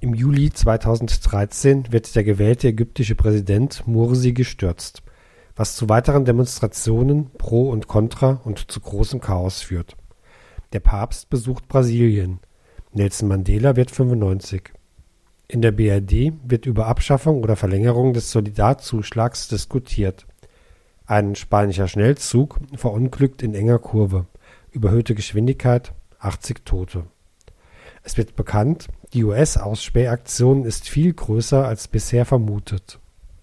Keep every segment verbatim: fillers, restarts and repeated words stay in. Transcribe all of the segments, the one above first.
Im Juli zweitausenddreizehn wird der gewählte ägyptische Präsident Mursi gestürzt, was zu weiteren Demonstrationen pro und contra und zu großem Chaos führt. Der Papst besucht Brasilien. Nelson Mandela wird fünfundneunzig. In der B R D wird über Abschaffung oder Verlängerung des Solidarzuschlags diskutiert. Ein spanischer Schnellzug verunglückt in enger Kurve. Überhöhte Geschwindigkeit, achtzig Tote. Es wird bekannt, die U S-Ausspähaktion ist viel größer als bisher vermutet.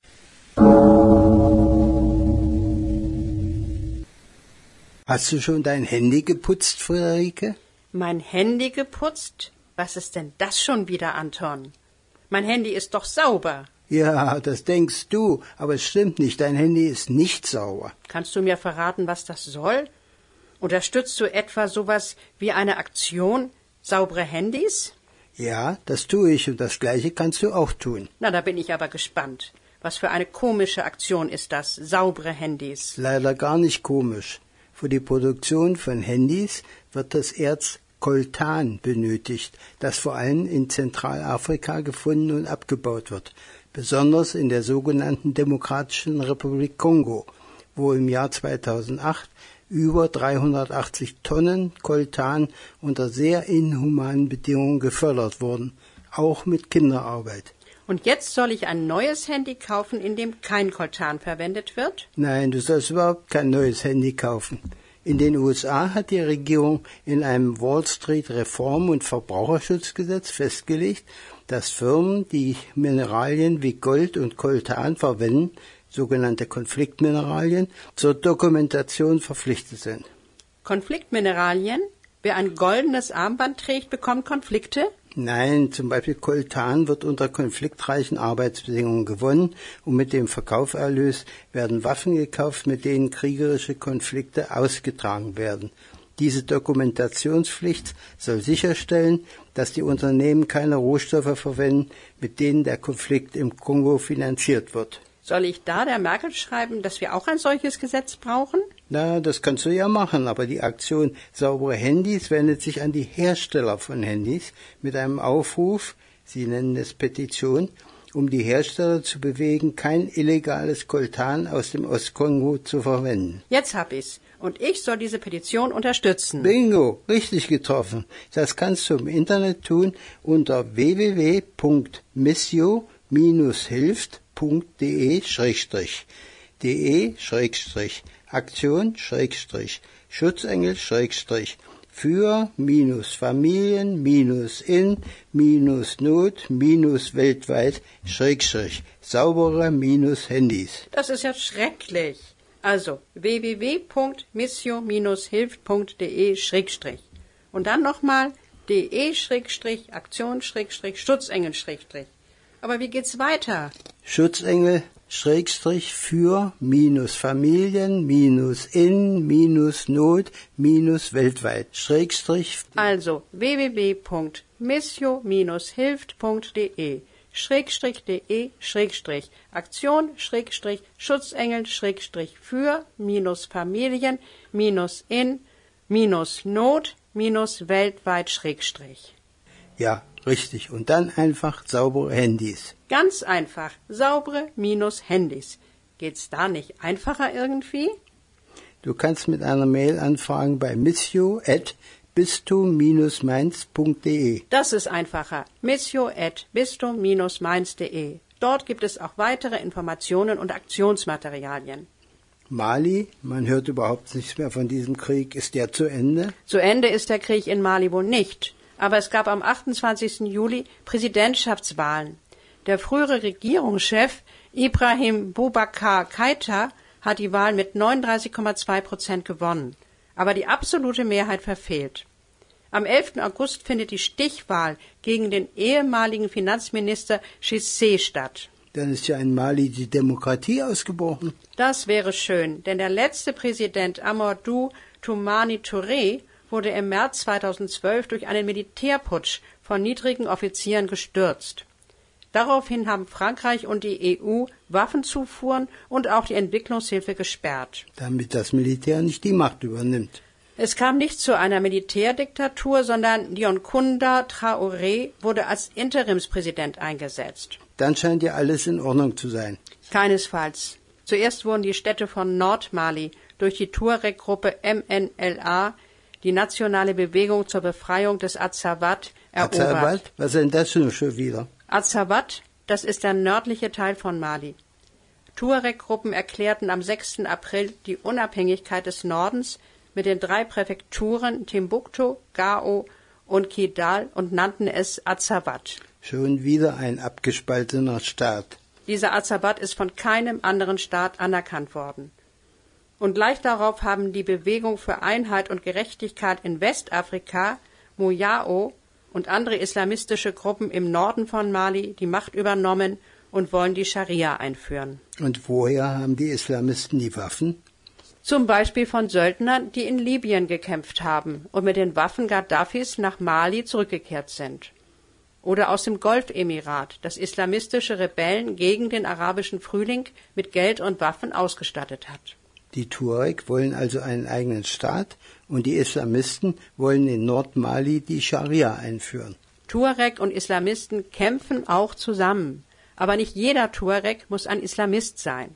Hast du schon dein Handy geputzt, Friederike? Mein Handy geputzt? Was ist denn das schon wieder, Anton? Mein Handy ist doch sauber. Ja, das denkst du, aber es stimmt nicht. Dein Handy ist nicht sauber. Kannst du mir verraten, was das soll? Unterstützt du etwa sowas wie eine Aktion, saubere Handys? Ja, das tue ich und das Gleiche kannst du auch tun. Na, da bin ich aber gespannt. Was für eine komische Aktion ist das, saubere Handys? Leider gar nicht komisch. Für die Produktion von Handys wird das Erz Coltan benötigt, das vor allem in Zentralafrika gefunden und abgebaut wird, besonders in der sogenannten Demokratischen Republik Kongo, wo im Jahr zweitausendacht über dreihundertachtzig Tonnen Coltan unter sehr inhumanen Bedingungen gefördert wurden, auch mit Kinderarbeit. Und jetzt soll ich ein neues Handy kaufen, in dem kein Coltan verwendet wird? Nein, du sollst überhaupt kein neues Handy kaufen. In den U S A hat die Regierung in einem Wall Street Reform- und Verbraucherschutzgesetz festgelegt, dass Firmen, die Mineralien wie Gold und Coltan verwenden, sogenannte Konfliktmineralien, zur Dokumentation verpflichtet sind. Konfliktmineralien? Wer ein goldenes Armband trägt, bekommt Konflikte? Nein, zum Beispiel Coltan wird unter konfliktreichen Arbeitsbedingungen gewonnen und mit dem Verkauferlös werden Waffen gekauft, mit denen kriegerische Konflikte ausgetragen werden. Diese Dokumentationspflicht soll sicherstellen, dass die Unternehmen keine Rohstoffe verwenden, mit denen der Konflikt im Kongo finanziert wird. Soll ich da der Merkel schreiben, dass wir auch ein solches Gesetz brauchen? Na, das kannst du ja machen, aber die Aktion Saubere Handys wendet sich an die Hersteller von Handys mit einem Aufruf, sie nennen es Petition, um die Hersteller zu bewegen, kein illegales Coltan aus dem Ostkongo zu verwenden. Jetzt hab ich's. Und ich soll diese Petition unterstützen. Bingo, richtig getroffen. Das kannst du im Internet tun unter w w w punkt missio Bindestrich hilft punkt de Schrägstrich de Schrägstrich Aktion Schrägstrich Schutzengel Schrägstrich für minus Familien minus in minus Not minus weltweit Schrägstrich saubere minus Handys. Das ist ja schrecklich. Also w w w punkt missio Bindestrich hilft punkt de Schrägstrich und dann nochmal de Schrägstrich Aktion Schrägstrich Schutzengel Schrägstrich. Aber wie geht's weiter? Schutzengel Schrägstrich für minus Familien minus in minus Not minus weltweit Schrägstrich. Also w w w punkt missio Bindestrich hilft punkt de Schrägstrich de Schrägstrich Aktion Schrägstrich Schutzengel Schrägstrich für minus Familien minus in minus Not minus weltweit Schrägstrich. Ja, richtig. Und dann einfach saubere Handys. Ganz einfach. Saubere minus Handys. Geht's da nicht einfacher irgendwie? Du kannst mit einer Mail anfragen bei missio at bistum mainz punkt de. Das ist einfacher. missio at bistum mainz punkt de. Dort gibt es auch weitere Informationen und Aktionsmaterialien. Mali, man hört überhaupt nichts mehr von diesem Krieg. Ist der zu Ende? Zu Ende ist der Krieg in Mali wohl nicht. Aber es gab am achtundzwanzigsten Juli Präsidentschaftswahlen. Der frühere Regierungschef Ibrahim Boubacar Keïta hat die Wahl mit neununddreißig Komma zwei Prozent gewonnen, aber die absolute Mehrheit verfehlt. Am elften August findet die Stichwahl gegen den ehemaligen Finanzminister Cissé statt. Dann ist ja in Mali die Demokratie ausgebrochen. Das wäre schön, denn der letzte Präsident Amadou Toumani Touré wurde im März zweitausendzwölf durch einen Militärputsch von niedrigen Offizieren gestürzt. Daraufhin haben Frankreich und die E U Waffenzufuhren und auch die Entwicklungshilfe gesperrt. Damit das Militär nicht die Macht übernimmt. Es kam nicht zu einer Militärdiktatur, sondern Dioncounda Traoré wurde als Interimspräsident eingesetzt. Dann scheint ja alles in Ordnung zu sein. Keinesfalls. Zuerst wurden die Städte von Nordmali durch die Tuareg-Gruppe M N L A, die nationale Bewegung zur Befreiung des Azawad, erobert. Azawad? Was ist denn das schon wieder? Azawad, das ist der nördliche Teil von Mali. Tuareg-Gruppen erklärten am sechsten April die Unabhängigkeit des Nordens mit den drei Präfekturen Timbuktu, Gao und Kidal und nannten es Azawad. Schon wieder ein abgespaltener Staat. Dieser Azawad ist von keinem anderen Staat anerkannt worden. Und gleich darauf haben die Bewegung für Einheit und Gerechtigkeit in Westafrika, Muyao, und andere islamistische Gruppen im Norden von Mali die Macht übernommen und wollen die Scharia einführen. Und woher haben die Islamisten die Waffen? Zum Beispiel von Söldnern, die in Libyen gekämpft haben und mit den Waffen Gaddafis nach Mali zurückgekehrt sind. Oder aus dem Golfemirat, das islamistische Rebellen gegen den arabischen Frühling mit Geld und Waffen ausgestattet hat. Die Tuareg wollen also einen eigenen Staat und die Islamisten wollen in Nordmali die Scharia einführen. Tuareg und Islamisten kämpfen auch zusammen, aber nicht jeder Tuareg muss ein Islamist sein.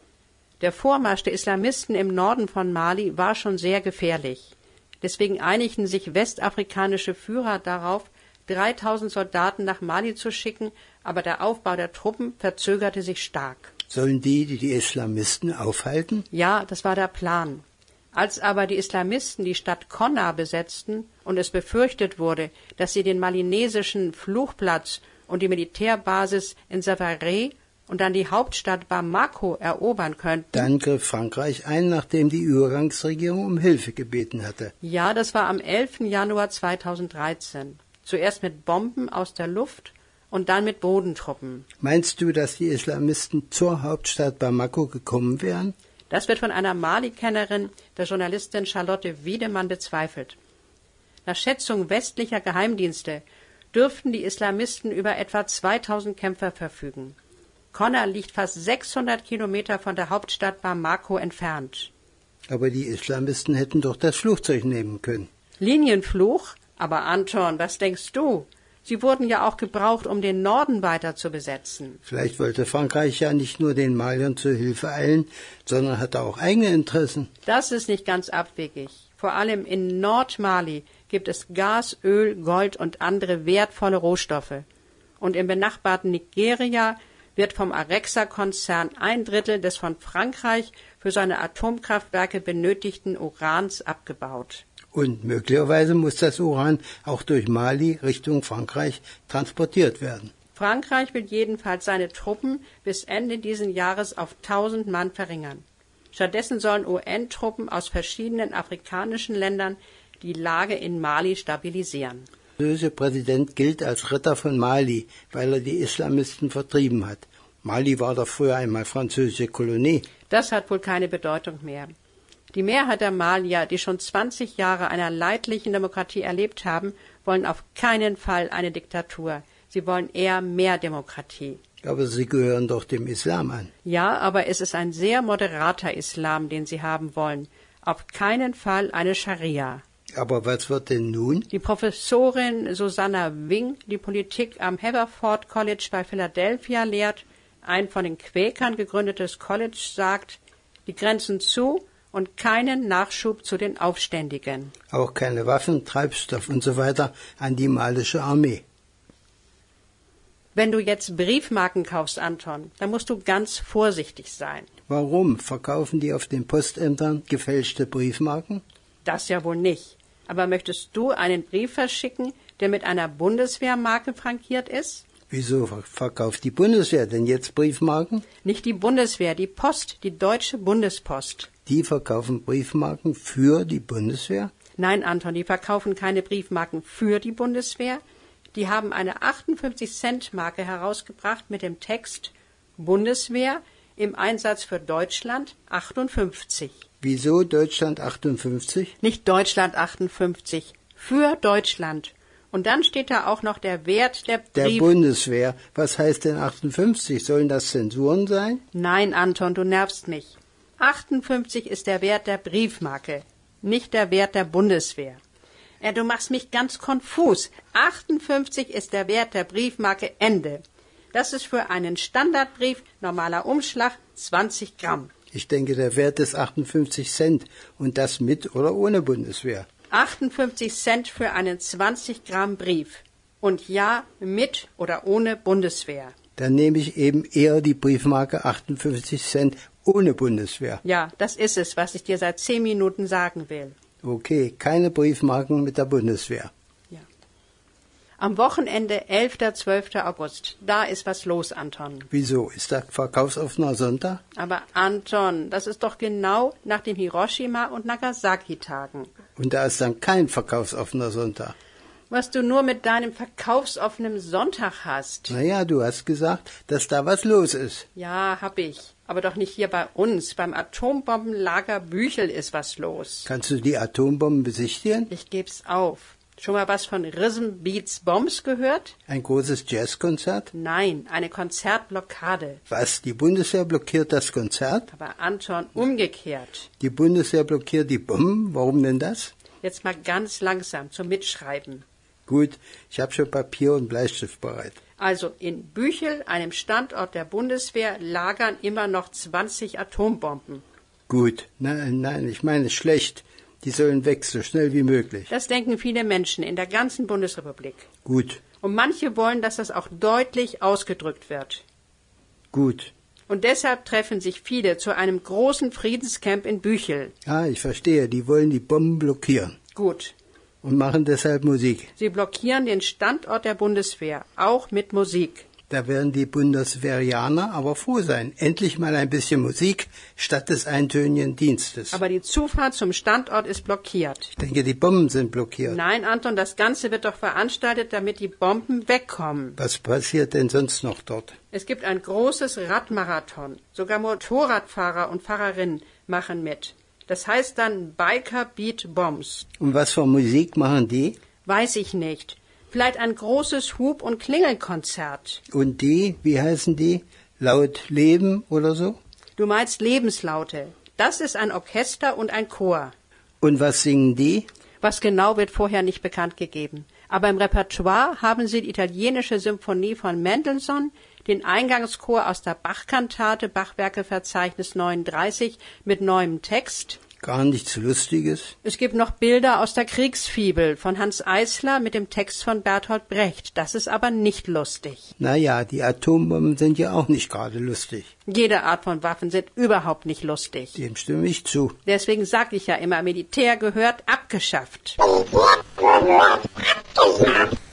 Der Vormarsch der Islamisten im Norden von Mali war schon sehr gefährlich. Deswegen einigten sich westafrikanische Führer darauf, dreitausend Soldaten nach Mali zu schicken, aber der Aufbau der Truppen verzögerte sich stark. Sollen die, die die Islamisten aufhalten? Ja, das war der Plan. Als aber die Islamisten die Stadt Konna besetzten und es befürchtet wurde, dass sie den malinesischen Flugplatz und die Militärbasis in Savare und dann die Hauptstadt Bamako erobern könnten. Dann griff Frankreich ein, nachdem die Übergangsregierung um Hilfe gebeten hatte. Ja, das war am elften Januar zweitausenddreizehn. Zuerst mit Bomben aus der Luft und dann mit Bodentruppen. Meinst du, dass die Islamisten zur Hauptstadt Bamako gekommen wären? Das wird von einer Mali-Kennerin, der Journalistin Charlotte Wiedemann, bezweifelt. Nach Schätzung westlicher Geheimdienste dürften die Islamisten über etwa zweitausend Kämpfer verfügen. Konna liegt fast sechshundert Kilometer von der Hauptstadt Bamako entfernt. Aber die Islamisten hätten doch das Flugzeug nehmen können. Linienflug? Aber Anton, was denkst du? Sie wurden ja auch gebraucht, um den Norden weiter zu besetzen. Vielleicht wollte Frankreich ja nicht nur den Maliern zur Hilfe eilen, sondern hatte auch eigene Interessen. Das ist nicht ganz abwegig. Vor allem in Nordmali gibt es Gas, Öl, Gold und andere wertvolle Rohstoffe. Und im benachbarten Nigeria wird vom Arexa-Konzern ein Drittel des von Frankreich für seine Atomkraftwerke benötigten Urans abgebaut. Und möglicherweise muss das Uran auch durch Mali Richtung Frankreich transportiert werden. Frankreich will jedenfalls seine Truppen bis Ende dieses Jahres auf tausend Mann verringern. Stattdessen sollen U N-Truppen aus verschiedenen afrikanischen Ländern die Lage in Mali stabilisieren. Der französische Präsident gilt als Retter von Mali, weil er die Islamisten vertrieben hat. Mali war doch früher einmal französische Kolonie. Das hat wohl keine Bedeutung mehr. Die Mehrheit der Malier, die schon zwanzig Jahre einer leidlichen Demokratie erlebt haben, wollen auf keinen Fall eine Diktatur. Sie wollen eher mehr Demokratie. Aber sie gehören doch dem Islam an. Ja, aber es ist ein sehr moderater Islam, den sie haben wollen. Auf keinen Fall eine Scharia. Aber was wird denn nun? Die Professorin Susanna Wing, die Politik am Haverford College bei Philadelphia lehrt, ein von den Quäkern gegründetes College, sagt, die Grenzen zu und keinen Nachschub zu den Aufständigen. Auch keine Waffen, Treibstoff und so weiter an die malische Armee. Wenn du jetzt Briefmarken kaufst, Anton, dann musst du ganz vorsichtig sein. Warum? Verkaufen die auf den Postämtern gefälschte Briefmarken? Das ja wohl nicht. Aber möchtest du einen Brief verschicken, der mit einer Bundeswehrmarke frankiert ist? Wieso verkauft die Bundeswehr denn jetzt Briefmarken? Nicht die Bundeswehr, die Post, die Deutsche Bundespost. Die verkaufen Briefmarken für die Bundeswehr? Nein, Anton, die verkaufen keine Briefmarken für die Bundeswehr. Die haben eine achtundfünfzig Cent Marke herausgebracht mit dem Text Bundeswehr im Einsatz für Deutschland achtundfünfzig. Wieso Deutschland achtundfünfzig? Nicht Deutschland achtundfünfzig, für Deutschland. Und dann steht da auch noch der Wert der Brief... Der Bundeswehr. Was heißt denn achtundfünfzig? Sollen das Zensuren sein? Nein, Anton, du nervst mich. achtundfünfzig ist der Wert der Briefmarke. nicht der Wert der Bundeswehr. Ja, du machst mich ganz konfus. achtundfünfzig ist der Wert der Briefmarke Ende. Das ist für einen Standardbrief, normaler Umschlag, zwanzig Gramm. Ich denke, der Wert ist achtundfünfzig Cent und das mit oder ohne Bundeswehr. achtundfünfzig Cent für einen zwanzig Gramm Brief. Und ja, mit oder ohne Bundeswehr. Dann nehme ich eben eher die Briefmarke achtundfünfzig Cent ohne Bundeswehr. Ja, das ist es, was ich dir seit zehn Minuten sagen will. Okay, keine Briefmarken mit der Bundeswehr. Ja. Am Wochenende, elfter zwölfter August, da ist was los, Anton. Wieso? Ist da verkaufsoffener Sonntag? Aber Anton, das ist doch genau nach den Hiroshima- und Nagasaki-Tagen. Und da ist dann kein verkaufsoffener Sonntag. Was du nur mit deinem verkaufsoffenen Sonntag hast. Naja, du hast gesagt, dass da was los ist. Ja, hab ich. Aber doch nicht hier bei uns. Beim Atombombenlager Büchel ist was los. Kannst du die Atombomben besichtigen? Ich geb's auf. Schon mal was von Rhythm Beats Bombs gehört? Ein großes Jazzkonzert? Nein, eine Konzertblockade. Was, die Bundeswehr blockiert das Konzert? Aber Anton, umgekehrt. Die Bundeswehr blockiert die Bomben? Warum denn das? Jetzt mal ganz langsam zum Mitschreiben. Gut, ich habe schon Papier und Bleistift bereit. Also in Büchel, einem Standort der Bundeswehr, lagern immer noch zwanzig Atombomben. Gut, nein, nein, ich meine schlecht. Die sollen weg, so schnell wie möglich. Das denken viele Menschen in der ganzen Bundesrepublik. Gut. Und manche wollen, dass das auch deutlich ausgedrückt wird. Gut. Und deshalb treffen sich viele zu einem großen Friedenscamp in Büchel. Ah, ich verstehe. Die wollen die Bomben blockieren. Gut. Und machen deshalb Musik. Sie blockieren den Standort der Bundeswehr, auch mit Musik. Da werden die Bundeswehrianer aber froh sein. Endlich mal ein bisschen Musik statt des eintönigen Dienstes. Aber die Zufahrt zum Standort ist blockiert. Ich denke, die Bomben sind blockiert. Nein, Anton, das Ganze wird doch veranstaltet, damit die Bomben wegkommen. Was passiert denn sonst noch dort? Es gibt ein großes Radmarathon. Sogar Motorradfahrer und Fahrerinnen machen mit. Das heißt dann Biker Beat Bombs. Und was für Musik machen die? Weiß ich nicht. Vielleicht ein großes Hub- und Klingelkonzert. Und die, wie heißen die? Laut Leben oder so? Du meinst Lebenslaute. Das ist ein Orchester und ein Chor. Und was singen die? Was genau wird vorher nicht bekannt gegeben. Aber im Repertoire haben sie die italienische Symphonie von Mendelssohn, den Eingangschor aus der Bach-Kantate, Bachwerkeverzeichnis neununddreißig mit neuem Text. Gar nichts Lustiges. Es gibt noch Bilder aus der Kriegsfibel von Hans Eisler mit dem Text von Bertolt Brecht. Das ist aber nicht lustig. Naja, die Atombomben sind ja auch nicht gerade lustig. Jede Art von Waffen sind überhaupt nicht lustig. Dem stimme ich zu. Deswegen sage ich ja immer, Militär gehört abgeschafft. Militär gehört abgeschafft.